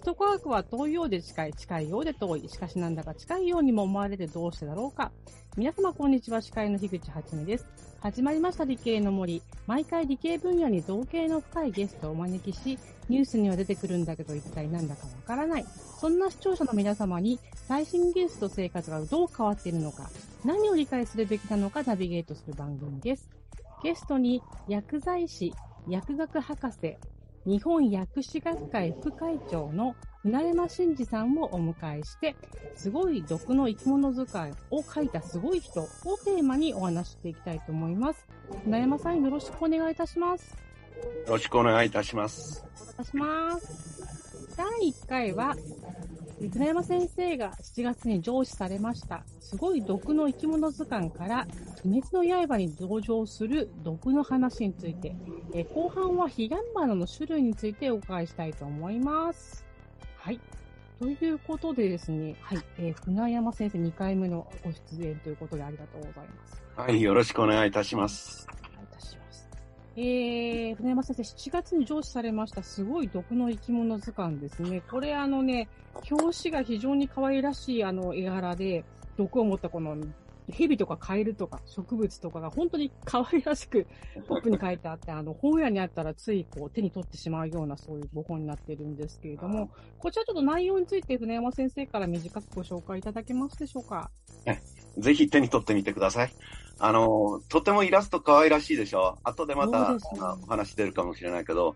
首都科学は遠いようで近い、近いようで遠い。しかしなんだか近いようにも思われてどうしてだろうか。皆様こんにちは、司会の樋口はちみです。始まりました理系の森。毎回理系分野に造形の深いゲストをお招きし、ニュースには出てくるんだけど一体なんだかわからない。そんな視聴者の皆様に最新技術と生活がどう変わっているのか、何を理解するべきなのかナビゲートする番組です。ゲストに薬剤師、薬学博士、日本薬師学会副会長の船山真嗣さんをお迎えして、すごい毒の生き物図鑑を書いたすごい人をテーマにお話ししていきたいと思います。船山さん、よろしくお願いいたします。 よろしくお願いいたします。 お願いいたします。第1回は、船山先生が7月に上梓されました、すごい毒の生き物図鑑から、鬼滅の刃に登場する毒の話について、後半はヒガンバナの種類についてお伺いしたいと思います。はい。ということでですね、はい、船山先生2回目のご出演ということでありがとうございます。 はい、よろしくお願いいたします。 お願いいたします。船山先生、7月に上梓されました、すごい毒の生き物図鑑ですね。これ表紙が非常に可愛らしい絵柄で、毒を持ったこの蛇とかカエルとか植物とかが本当に可愛らしくポップに書いてあって、本屋にあったらついこう手に取ってしまうようなそういう5本になっているんですけれども、こちらちょっと内容について船山先生から短くご紹介いただけますでしょうか。 ぜひ手に取ってみてください。とてもイラスト可愛らしいでしょ。後でまた、お話出るかもしれないけど、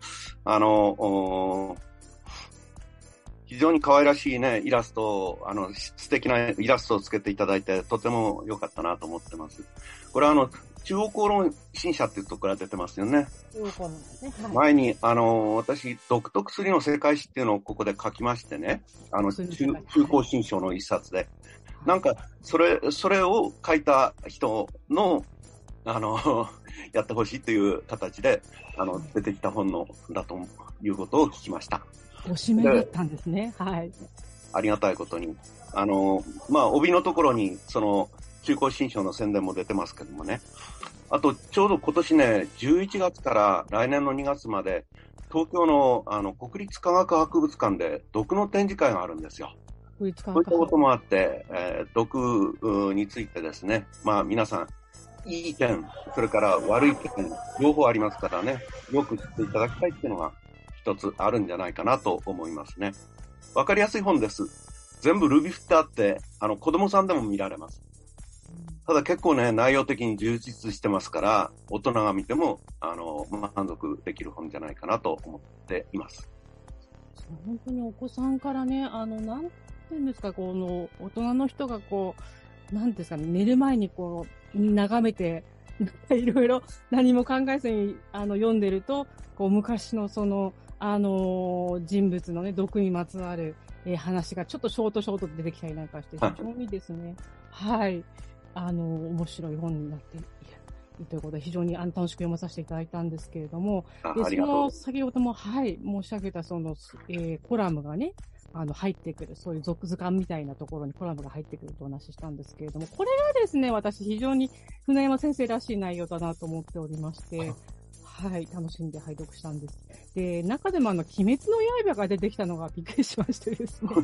非常に可愛らしいね、イラストを、素敵なイラストをつけていただいて、とても良かったなと思ってます。これは中央公論新社っていうところから出てますよね。 中央公論ですね。はい、 前に、私、毒と薬の世界史っていうのをここで書きましてね、中高新書の一冊で。なんか、それを書いた人の、やってほしいという形で、出てきた本だということを聞きました。 ご指名だったんですね。はい。 ありがたいことに。帯のところに、中高新書の宣伝も出てますけどもね。あと、ちょうど今年ね、11月から来年の2月まで、東京の、国立科学博物館で毒の展示会があるんですよ。そういったこともあって、毒についてですね、皆さん、いい点、それから悪い点、両方ありますからね、よく知っていただきたいっていうのが一つあるんじゃないかなと思いますね。わかりやすい本です。全部ルビ振ってあって、子供さんでも見られます。ただ結構ね、内容的に充実してますから、大人が見ても、満足できる本じゃないかなと思っています。 本当にお子さんからね、なんていうんですか、大人の人がなんですかね、寝る前に眺めて、いろいろ何も考えずに、読んでると、昔の人物のね、毒にまつわる、話がちょっとショートで出てきたりなんかして、非常にですね、はい、面白い本になっているということで、非常に楽しく読まさせていただいたんですけれども、先ほども、はい、申し上げたコラムがね、入ってくる、そういう図鑑みたいなところにコラムが入ってくるとお話ししたんですけれども、これがですね、私非常に船山先生らしい内容だなと思っておりまして、はい、楽しんで拝読したんです。で、中でも鬼滅の刃が出てきたのがびっくりしましてですね。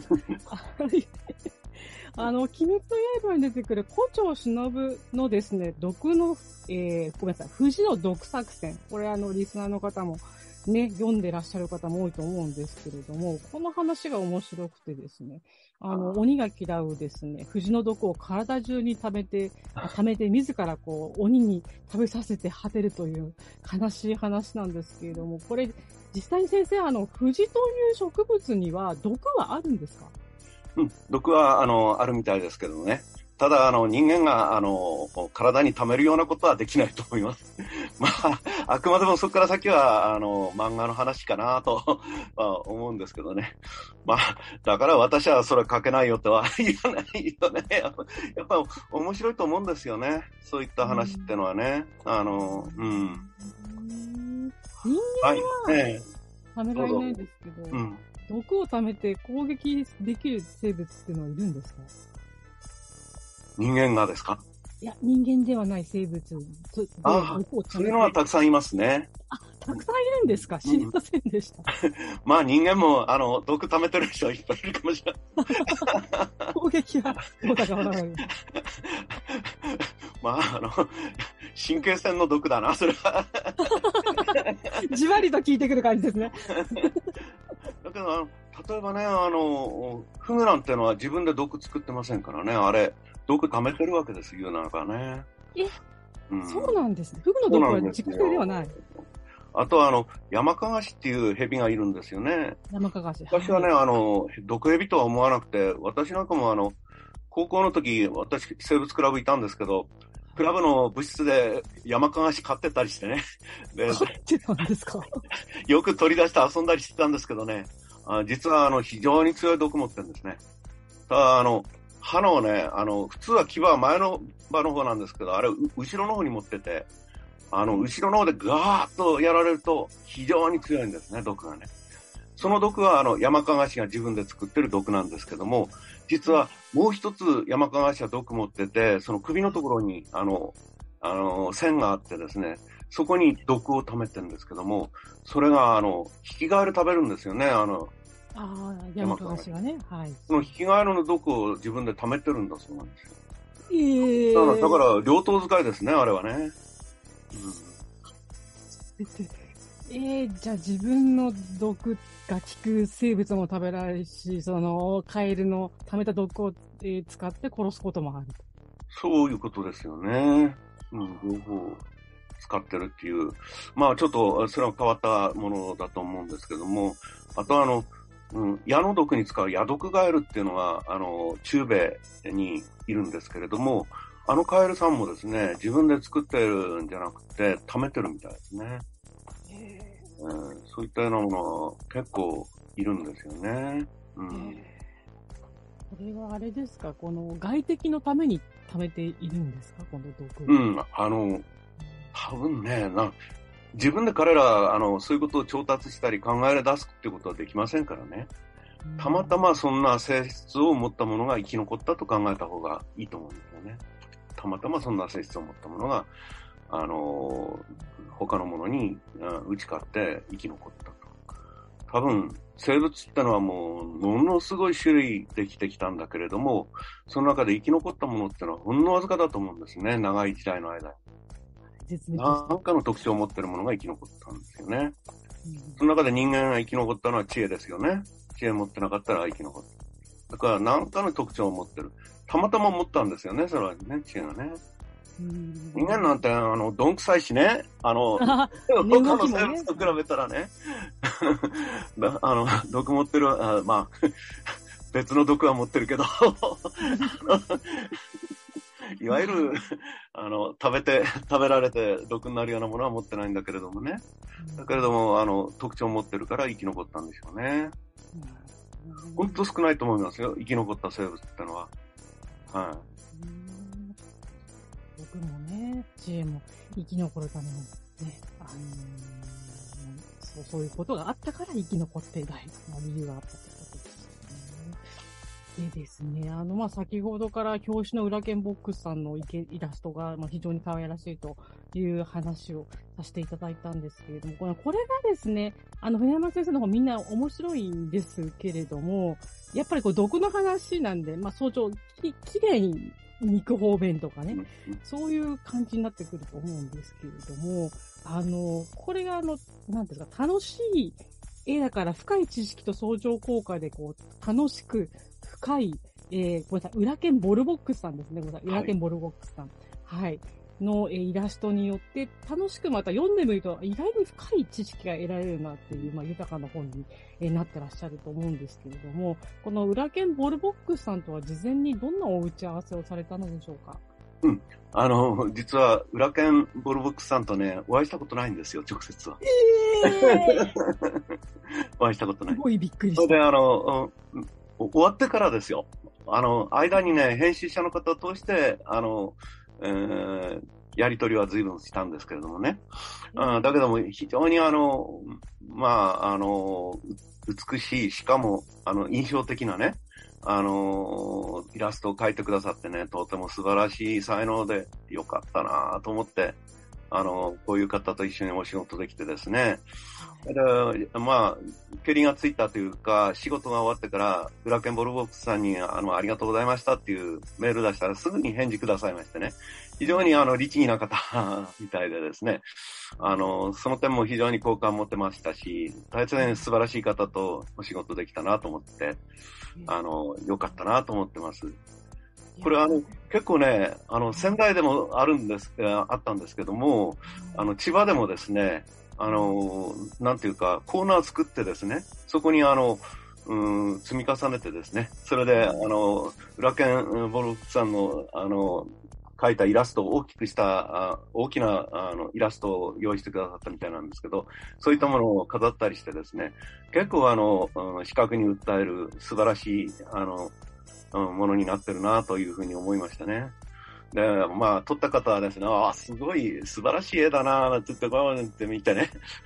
鬼滅の刃に出てくる胡蝶忍のですね、毒の、ごめんなさい、藤の毒作戦。これリスナーの方もね、読んでらっしゃる方も多いと思うんですけれども、この話が面白くてですね、鬼が嫌うですね、藤の毒を体中に溜めて自ら鬼に食べさせて果てるという悲しい話なんですけれども、これ、実際に先生、藤という植物には毒はあるんですか？ 毒は、あるみたいですけどね。ただ、人間が、体に溜めるようなことはできないと思います。あくまでもそこから先は、漫画の話かなと思うんですけどね。だから私はそれ書けないよとは言わないよね。やっぱ面白いと思うんですよね。そういった話ってのはね。 人間は、溜められないですけど、毒を溜めて攻撃できる生物っていうのはいるんですか？ 人間がですか？ いや、人間ではない生物。 そういうのはたくさんいますね。 たくさんいるんですか？知りませんでした。 まあ人間も、毒溜めてる人はいっぱいいるかもしれない。 攻撃はどうだかわからない。 まあ、神経線の毒だな、それは。 じわりと効いてくる感じですね。 だけど、例えばね、フグなんてのは自分で毒作ってませんからね、あれ、毒溜めてるわけです、言うならばね。 そうなんですね。フグの毒は自家製ではない。 あとヤマカガシっていうヘビがいるんですよね。 ヤマカガシ。 私はね、毒ヘビとは思わなくて、私なんかも高校の時、私、生物クラブいたんですけど、クラブの部室でヤマカガシ飼ってたりしてね。 飼ってたんですか？ よく取り出して遊んだりしてたんですけどね。実は非常に強い毒持ってるんですね。ただ歯のね、普通は牙は前の歯の方なんですけど、あれ、後ろの方に持ってて、後ろの方でガーッとやられると非常に強いんですね、毒がね。その毒はヤマカガシが自分で作ってる毒なんですけども、実はもう一つヤマカガシは毒持ってて、その首のところに線があってですね、そこに毒を溜めてるんですけども、それがヒキガエル食べるんですよね、 ヤマカガシがね。はい。 そのヒキガエルの毒を自分で溜めてるんだそうなんですよ。だから、両頭使いですね、あれはね。 じゃあ自分の毒が効く生物も食べられるし、カエルの溜めた毒を、使って殺すこともある。 そういうことですよね。両方使ってるっていう。まあちょっと、それは変わったものだと思うんですけども、あと矢の毒に使うヤドクガエルっていうのが、中米にいるんですけれども、カエルさんもですね、自分で作ってるんじゃなくて、溜めてるみたいですね。そういったようなものは結構いるんですよね。 これはあれですか、この外敵のために溜めているんですか、この毒。 多分ね、自分で彼ら、そういうことを調達したり考え出すってことはできませんからね。たまたまそんな性質を持ったものが生き残ったと考えた方がいいと思うんですよね。たまたまそんな性質を持ったものが、他のものに打ち勝って生き残ったと。多分、生物ってのはもう、ものすごい種類できてきたんだけれども、その中で生き残ったものってのはほんのわずかだと思うんですね、長い時代の間。何かの特徴を持っているものが生き残ったんですよね。その中で人間が生き残ったのは知恵ですよね。知恵持ってなかったら生き残った。だから何かの特徴を持ってる。たまたま持ったんですよね、それはね、知恵がね。人間なんて、どんくさいしね、他の生物と比べたらね、毒持ってる、まあ、別の毒は持ってるけど、いわゆる、食べられて毒になるようなものは持ってないんだけれどもね。だけれども、特徴を持ってるから生き残ったんでしょうね。ほんと少ないと思いますよ、生き残った生物ってのは。はい。 僕もね、知恵も生き残るためのね、そういうことがあったから生き残っている理由があったってことですね。でですね、先ほどから表紙の裏剣ボックスさんのイラストが、非常に可愛らしいという話をさせていただいたんですけれども、これがですね、船山先生の方みんな面白いんですけれども、やっぱり毒の話なんで、早朝、きれいに肉方便とかね、そういう感じになってくると思うんですけれども、これがなんですか、楽しい絵だから深い知識と相乗効果で楽しく深い、ごめんなさい、裏剣ボルボックスさんですね、裏剣ボルボックスさん。はい。のイラストによって楽しくまた読んでみると意外に深い知識が得られるなっていう、豊かな本になってらっしゃると思うんですけれども、この裏剣ボルボックスさんとは事前にどんなお打ち合わせをされたのでしょうか？ 実は裏剣ボルボックスさんとね、お会いしたことないんですよ、直接は。お会いしたことない。 すごいびっくりした。 それで終わってからですよ。間にね、編集者の方を通して、やりとりは随分したんですけれどもね。だけども、非常に美しい、しかも、印象的なね、イラストを描いてくださってね、とても素晴らしい才能でよかったなと思って、 こういう方と一緒にお仕事できてですね。まあ、蹴りがついたというか、仕事が終わってから、グラケンボルボックスさんに、ありがとうございましたっていうメール出したらすぐに返事くださいましてね。非常に律儀な方みたいでですね。その点も非常に好感持ってましたし、大変素晴らしい方とお仕事できたなと思って、良かったなと思ってます。これ結構ね、仙台でもあったんですけども、千葉でもですね、なんていうか、コーナー作ってですね、そこに積み重ねてですね、それで、ラケンボルクさんの、描いたイラストを大きくした、大きな、イラストを用意してくださったみたいなんですけど、そういったものを飾ったりしてですね、結構視覚に訴える素晴らしい、ものになってるなというふうに思いましたね。で、まあ、撮った方はですね、すごい素晴らしい絵だなぁ、つってこうやって見てね、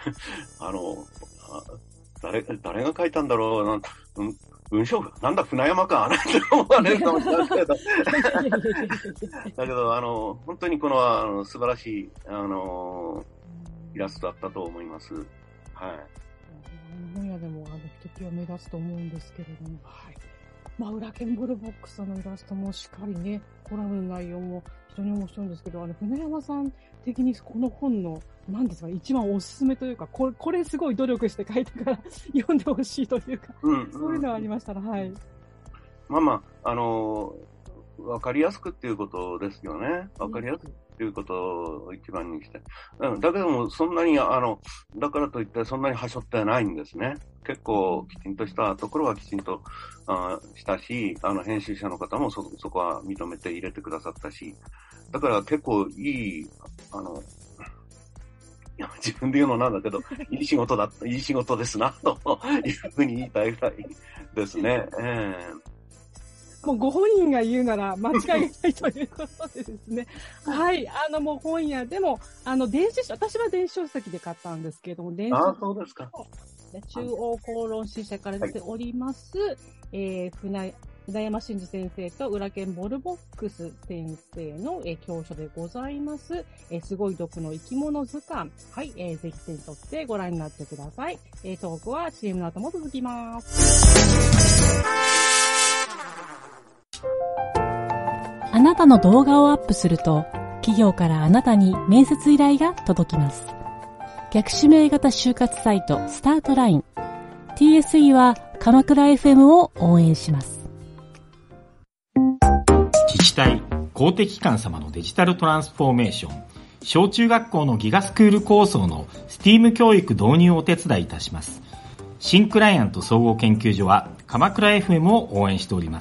誰が描いたんだろう文章なんだ船山かなんて思われるかもしれないけどだけど本当にこの素晴らしいイラストだったと思います。はい。 分野でもひときわ目立つと思うんですけれども、はい。まあ、裏ケンボルボックスのイラストもしっかりね、コラムの内容も非常に面白いんですけど、船山さん的にこの本の、何ですか、一番おすすめというか、これすごい努力して書いたから読んでほしいというか、そういうのがありましたら、はい。 まあ、わかりやすくっていうことですよね。わかりやすくっていうことを一番にして。だけども、そんなに、だからといってそんなにはしょってないんですね。結構きちんとしたところはきちんとしたし、編集者の方もそこは認めて入れてくださったし、だから結構いい、いや自分で言うのなんだけど、いい仕事ですな、というふうに言いたいぐらいですね。 もうご本人が言うなら間違いないということでですね。はい。もう本屋でも、私は電子書籍で買ったんですけれども、 そうですか。 中央公論新社から出ております、船山真嗣先生と裏剣ボルボックス先生の、教書でございます。すごい毒の生き物図鑑。はい。ぜひ手に取ってご覧になってください。トークは CM の後も続きます。 あなたの動画をアップすると、企業からあなたに面接依頼が届きます。逆指名型就活サイトスタートライン TSE は鎌倉 FM を応援します。 自治体、公的機関様のデジタルトランスフォーメーション、小中学校のギガスクール構想の STEAM 教育導入をお手伝いいたします。新クライアント総合研究所は鎌倉 FM を応援しております。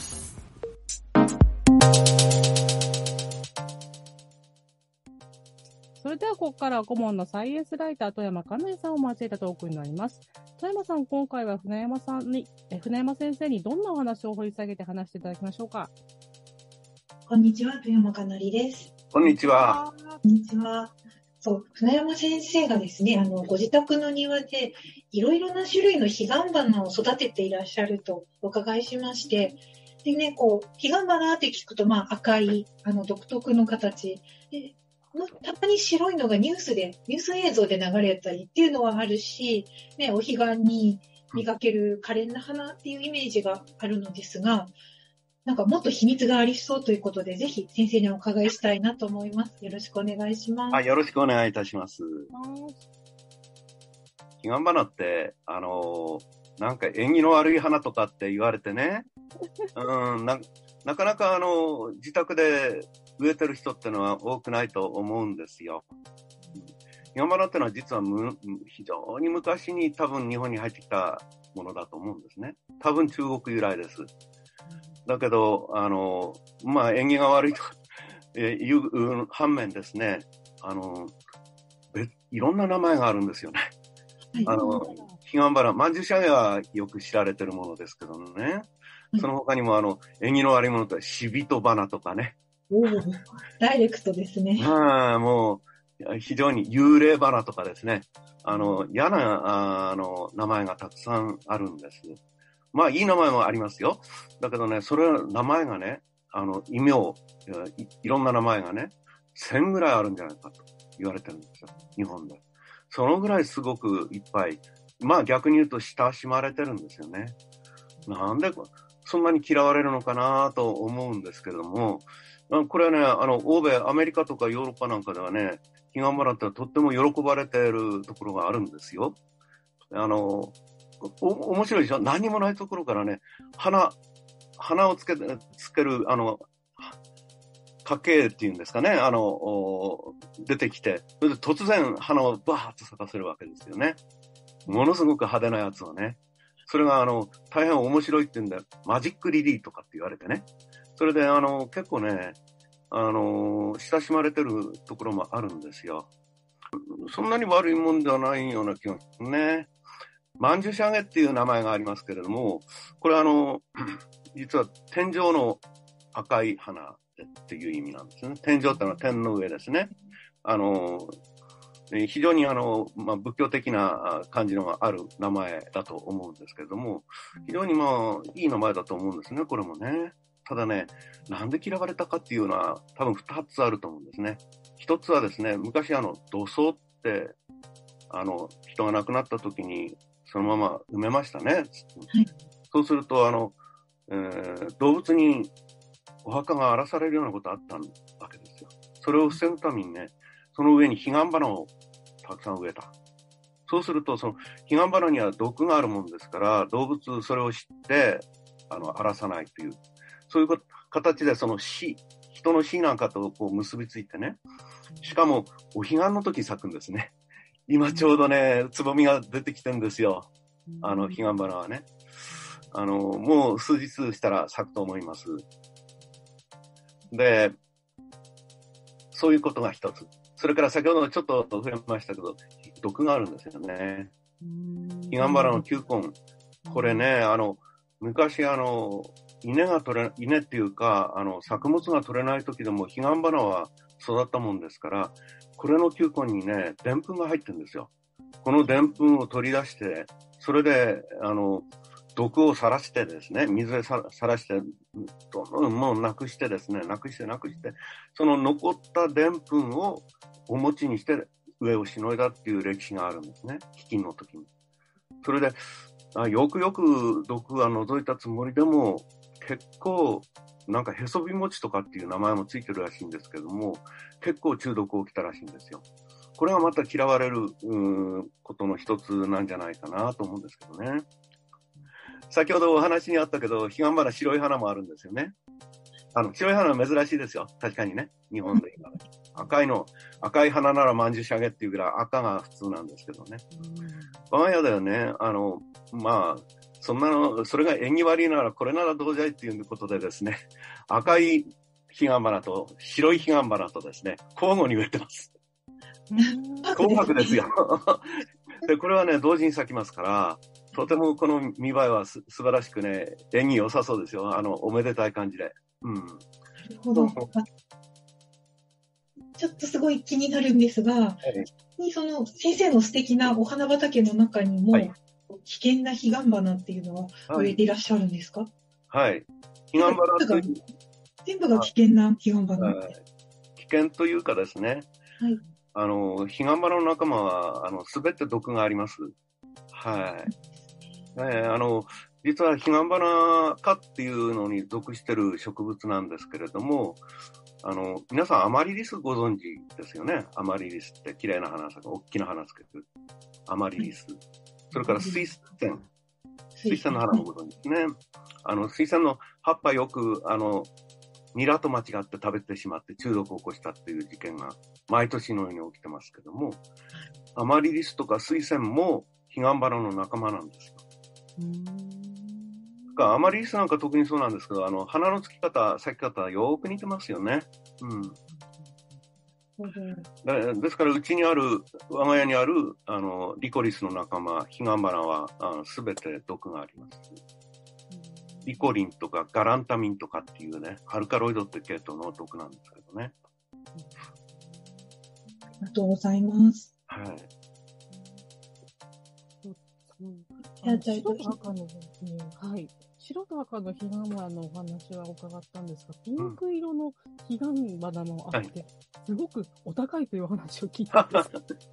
それではここからは顧問のサイエンスライター富山かなえさんを交えたトークになります。富山さん、今回は船山先生にどんなお話を掘り下げて話していただきましょうか。 こんにちは、富山かなりです。 こんにちは。 こんにちは。そう、船山先生がですね、ご自宅の庭でいろいろな種類の彼岸花を育てていらっしゃるとお伺いしまして、でね、彼岸花って聞くと、赤い、独特の形で、たまに白いのがニュース映像で流れたりっていうのはあるし、ね、お彼岸に見かける可憐な花っていうイメージがあるのですが、なんかもっと秘密がありそうということで、ぜひ先生にお伺いしたいなと思います。よろしくお願いします。 よろしくお願いいたします。彼岸花って、なんか縁起の悪い花とかって言われてね、なかなか自宅で植えてる人ってのは多くないと思うんですよ。彼岸花ってのは実は非常に昔に多分日本に入ってきたものだと思うんですね。多分中国由来です。だけど、縁起が悪いという反面ですね、いろんな名前があるんですよね。彼岸花、曼珠沙華はよく知られてるものですけどね。その他にも縁起の悪いものとは死人花とかね。 ダイレクトですね。 もう、非常に幽霊花とかですね。嫌な、名前がたくさんあるんです。いい名前もありますよ。だけどね、それは名前がね、異名、いろんな名前がね、1000ぐらいあるんじゃないかと。 言われてるんですよ、日本で。そのぐらいすごくいっぱい、まあ逆に言うと親しまれてるんですよね。なんでそんなに嫌われるのかなと思うんですけれども、これはね、欧米、アメリカとかヨーロッパなんかではね、彼岸花ってとっても喜ばれているところがあるんですよ。面白いでしょ。何もないところからね、花をつける、家系っていうんですかね、出てきて、それで突然花をバーッと咲かせるわけですよね。ものすごく派手なやつをね。それが大変面白いっていうんで、マジックリリーとかって言われてね。それで結構ね、親しまれてるところもあるんですよ。そんなに悪いもんではないような気がしますね。マンジュシャゲっていう名前がありますけれども、これ実は天井の赤い花っていう意味なんですね。天井ってのは天の上ですね。非常に仏教的な感じのがある名前だと思うんですけれども、非常にいい名前だと思うんですね、これもね。ただね、なんで嫌われたかっていうのは多分2つあると思うんですね。一つはですね、昔土葬って人が亡くなった時にそのまま埋めましたね。はい、そうすると動物にお墓が荒らされるようなことあったわけですよ。それを防ぐためにね、その上に彼岸花をたくさん植えた。そうすると、その彼岸花には毒があるもんですから、動物それを知って荒らさないという、そういう形でその人の死なんかとこう結びついてね、しかもお彼岸の時咲くんですね。今ちょうどね、つぼみが出てきてるんですよ。彼岸花はね。もう数日したら咲くと思います。で、そういうことが一つ。それから先ほどちょっと触れましたけど、毒があるんですよね。彼岸花の球根。これね、昔稲っていうか、作物が取れない時でも彼岸花は育ったもんですから、これの球根にね、でんぷんが入ってるんですよ。このでんぷんを取り出して、それで、毒をさらしてですね、水でさらして、もうなくしてですね、なくして、その残ったでんぷんをお餅にして上をしのいだっていう歴史があるんですね、飢饉の時に。それで、よくよく毒が除いたつもりでも、結構、なんかへそび餅とかっていう名前もついてるらしいんですけども、結構中毒起きたらしいんですよ。これがまた嫌われることの一つなんじゃないかなと思うんですけどね。先ほどお話にあったけど、彼岸花白い花もあるんですよね。白い花は珍しいですよ。確かにね。日本で今。赤い花ならまんじゅしゃげっていうぐらい赤が普通なんですけどね。我が家ではね、それが縁起悪いならこれならどうじゃいっていうことでですね、赤い彼岸花と白い彼岸花とですね、交互に植えてます。紅白ですよ。で、これはね、同時に咲きますから、とてもこの見栄えは素晴らしくね、縁起良さそうですよ。おめでたい感じで。 なるほど。ちょっとすごい気になるんですが、その先生の素敵なお花畑の中にも、危険な彼岸花っていうのは植えていらっしゃるんですか？ はい。彼岸花全部が危険な彼岸花。 危険というかですね、はい。彼岸花の仲間は、すべて毒があります。はい。実は彼岸花科っていうのに属してる植物なんですけれども、皆さんアマリリスご存知ですよね。アマリリスって綺麗な花咲く、大きな花つけてる。アマリリス。それから水仙。水仙の花もご存知ですね。水仙の葉っぱよく、ニラと間違って食べてしまって中毒を起こしたっていう事件が毎年のように起きてますけども、アマリリスとか水仙も彼岸花の仲間なんですよ。アマリリスなんか特にそうなんですけど、花の咲き方はよく似てますよね。ですから、我が家にある、リコリスの仲間、彼岸花は、すべて毒があります。リコリンとかガランタミンとかっていうね、アルカロイドって系統の毒なんですけどね。 ありがとうございます。 はい。 白と赤の、はい。白と赤の彼岸花のお話は伺ったんですが、ピンク色の彼岸花もあって、すごくお高いというお話を聞いたんです。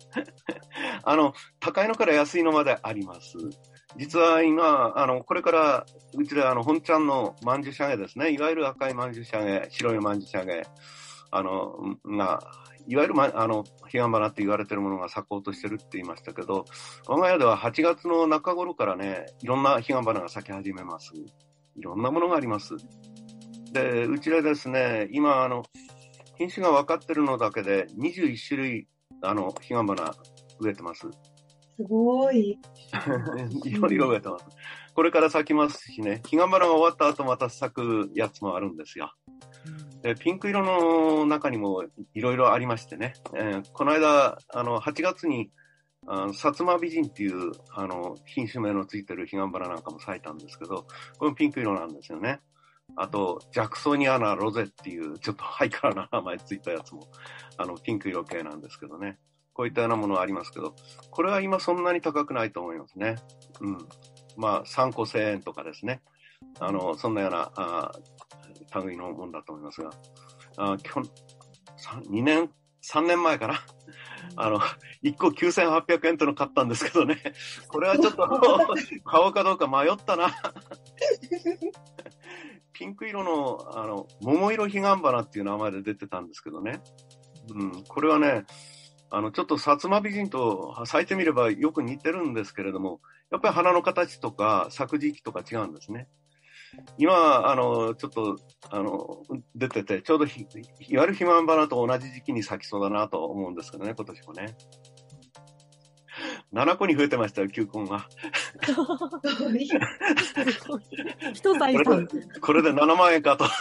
高いのから安いのまであります。実は今、これから、うちで本ちゃんのまんじゅしゃげですね。いわゆる赤いまんじゅしゃげ、白いまんじゅしゃげ、いわゆる彼岸花って言われてるものが咲こうとしてるって言いましたけど、我が家では8月の中頃からね、いろんな彼岸花が咲き始めます。いろんなものがあります。で、うちでですね、今、品種が分かってるのだけで21種類、彼岸花植えてます。 すごい。 いろいろ植えてます。これから咲きますしね、彼岸花が終わった後また咲くやつもあるんですよ。でピンク色の中にもいろいろありましてね、この間、8月に、薩摩美人っていう、品種名のついてる彼岸花なんかも咲いたんですけど、これもピンク色なんですよね。あと、ジャクソニアナロゼっていう、ちょっとハイカラな名前ついたやつも、ピンク色系なんですけどね。こういったようなものはありますけど、これは今そんなに高くないと思いますね。まあ、3個1000円とかですね。そんなような、類のもんだと思いますが、3年前かな。1個9800円との買ったんですけどね。これはちょっと買おうかどうか迷ったな。ピンク色の、桃色彼岸花っていう名前で出てたんですけどね。これはね、ちょっと薩摩美人と咲いてみればよく似てるんですけれども、やっぱり花の形とか咲く時期とか違うんですね。今、ちょっと、出てて、ちょうどいわゆる彼岸花と同じ時期に咲きそうだなと思うんですけどね、今年もね。7個に増えてましたよ、球根が。 一財産。 これで7万円かと。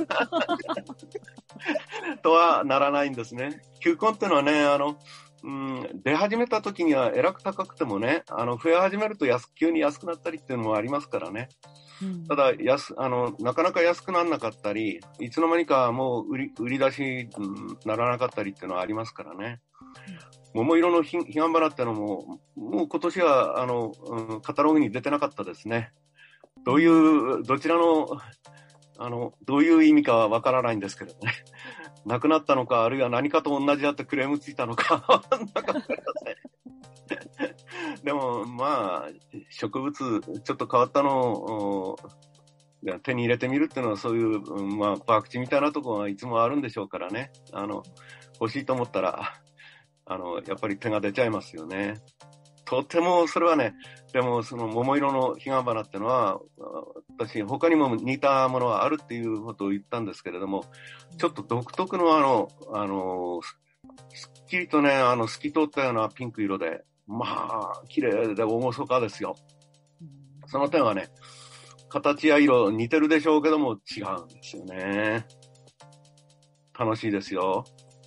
とはならないんですね。球根ってのはね、出始めた時にはえらく高くてもね、増え始めると急に安くなったりっていうのもありますからね。ただなかなか安くならなかったり、いつの間にかもう売り出しにならなかったりっていうのはありますからね。桃色の彼岸花ってのも、もう今年はカタログに出てなかったですね。どちらのどういう意味かはわからないんですけどね。なくなったのか、あるいは何かと同じだってクレームついたのか、なんかわかりません。でも、まあ、植物、ちょっと変わったのを手に入れてみるっていうのは、そういう、まあ、博打みたいなところがいつもあるんでしょうからね。欲しいと思ったら、やっぱり手が出ちゃいますよね。とても、それはね、でも、その桃色の彼岸花っていうのは、私、他にも似たものはあるっていうことを言ったんですけれども、ちょっと独特のすっきりとね、透き通ったようなピンク色で、まあ、綺麗で厳かですよ。その点はね、形や色似てるでしょうけども違うんですよね。楽しいですよ。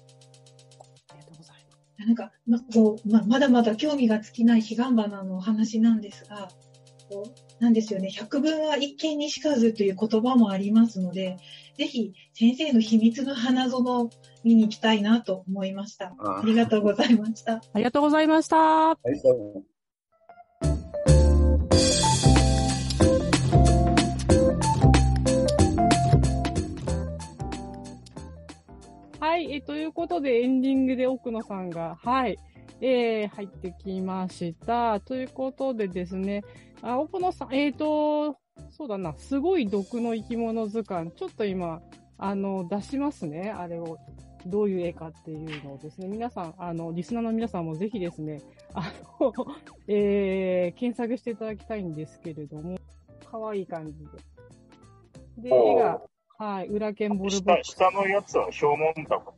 なんか、まだまだ興味が尽きない彼岸花のお話なんですが、なんですよね、百聞は一見にしかずという言葉もありますので、ぜひ先生の秘密の花園見に行きたいなと思いました。ありがとうございました。 ありがとうございました。はい、はい、ということでエンディングで奥野さんが、はい、入ってきました。ということでですね、奥野さん、そうだな、すごい毒の生き物図鑑、ちょっと今、出しますね、あれを。どういう絵かっていうのをですね、皆さん、リスナーの皆さんもぜひですね、検索していただきたいんですけれども、可愛い感じで。で、絵が、はい、裏剣ボルボックス。 下のやつはヒョウモンダコ。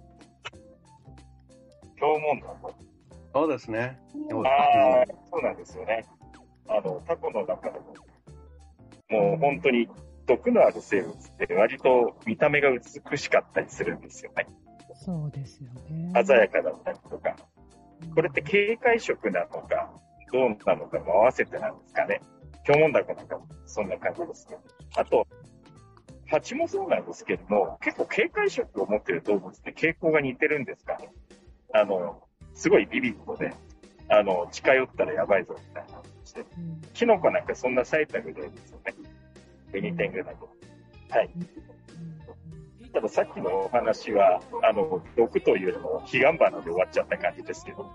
ヒョウモンダコ。 そうですね。 そうなんですよね。タコの中でも、もう本当に毒のある生物って割と見た目が美しかったりするんですよね。 そうですよね。 鮮やかだったりとか。これって警戒色なのか、どうなのかも合わせてなんですかね。ヒョウモンダコなんかもそんな感じですね。あと、蜂もそうなんですけども、結構警戒色を持っている動物って傾向が似てるんですかね。すごいビビッドで、近寄ったらやばいぞみたいな。 ですね。キノコなんかそんな最たる例ですよね。ベニテングなど。はい。たださっきのお話は、毒というよりも彼岸花で終わっちゃった感じですけど、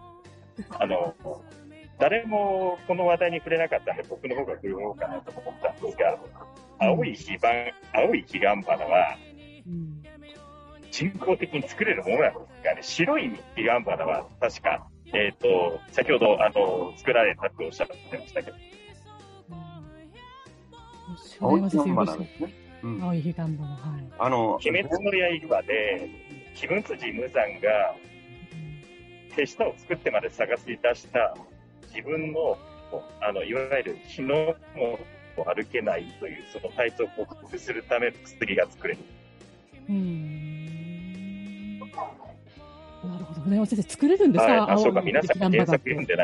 誰もこの話題に触れなかったんで、僕の方が触れようかなと思ったんですが、青い彼岸花は、人工的に作れるものなんですかね。白い彼岸花は確か、先ほど、作られたとおっしゃってましたけど。 青い彼岸花ですね。 青い彼岸花、はい。 鬼滅の刃で、鬼文辻無惨が、手下を作ってまで探し出した、自分の、いわゆる日のも歩けないという、その体調を克服するための薬が作れる。 なるほどね。先生、作れるんですか？ はい、そうか、皆さん原作読んでない。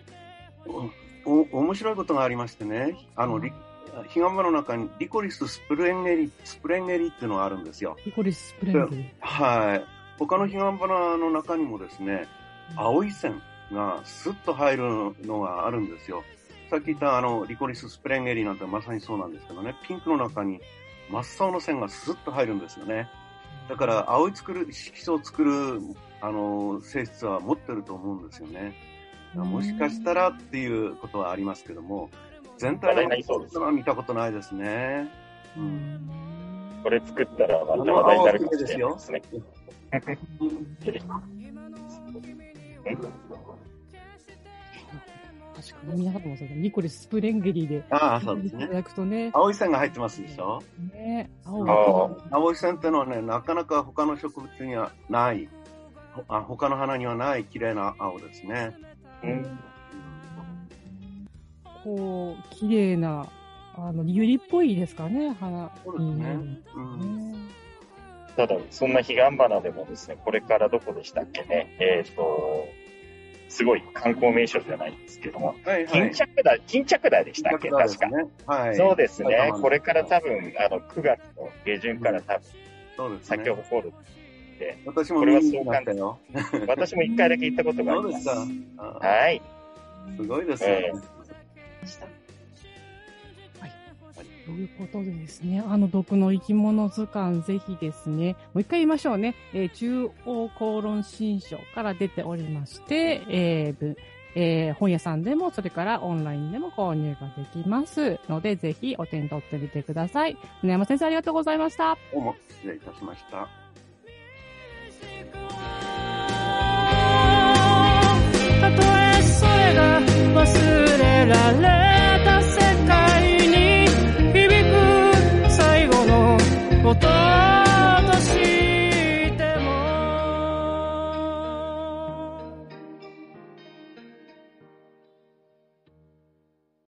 面白いことがありましてね、彼岸花の中にリコリス・スプレンゲリっていうのがあるんですよ。 リコリス・スプレンゲリ。 はい。他の彼岸花の中にもですね、青い線がスッと入るのがあるんですよ。さっき言ったリコリス・スプレンゲリなんてまさにそうなんですけどね、ピンクの中に真っ青の線がスッと入るんですよね。だから青い色素を作る性質は持ってると思うんですよね。もしかしたらっていうことはありますけども、全体のは見たことないですね。 これ作ったらまた話題になるかもしれないですね。 確かに見なかったもんですね。ニコリス・スプレンゲリーで。 そうですね。 いただくとね。 青い線が入ってますでしょ？ ね、 青い線ってのはね、なかなか他の植物にはない、他の花にはない綺麗な青ですね。 こう、綺麗な、ユリっぽいですかね、花。 そうですね。 ただ、そんな彼岸花でもですね、これからどこでしたっけね、すごい観光名所じゃないですけども、巾着台でしたっけ、確か。そうですね、これから多分、9月の下旬から多分、咲き誇る。 私も見に行きましたよ。 私も1回だけ行ったことがあります。 そうですか。 はい。 すごいですね。 はい。ということでですね、毒の生き物図鑑ぜひですね、もう一回言いましょうね。中央公論新書から出ておりまして、本屋さんでも、それからオンラインでも購入ができますので、ぜひお手に取ってみてください。船山先生ありがとうございました。 どうも失礼いたしました。 たとえそれが忘れられ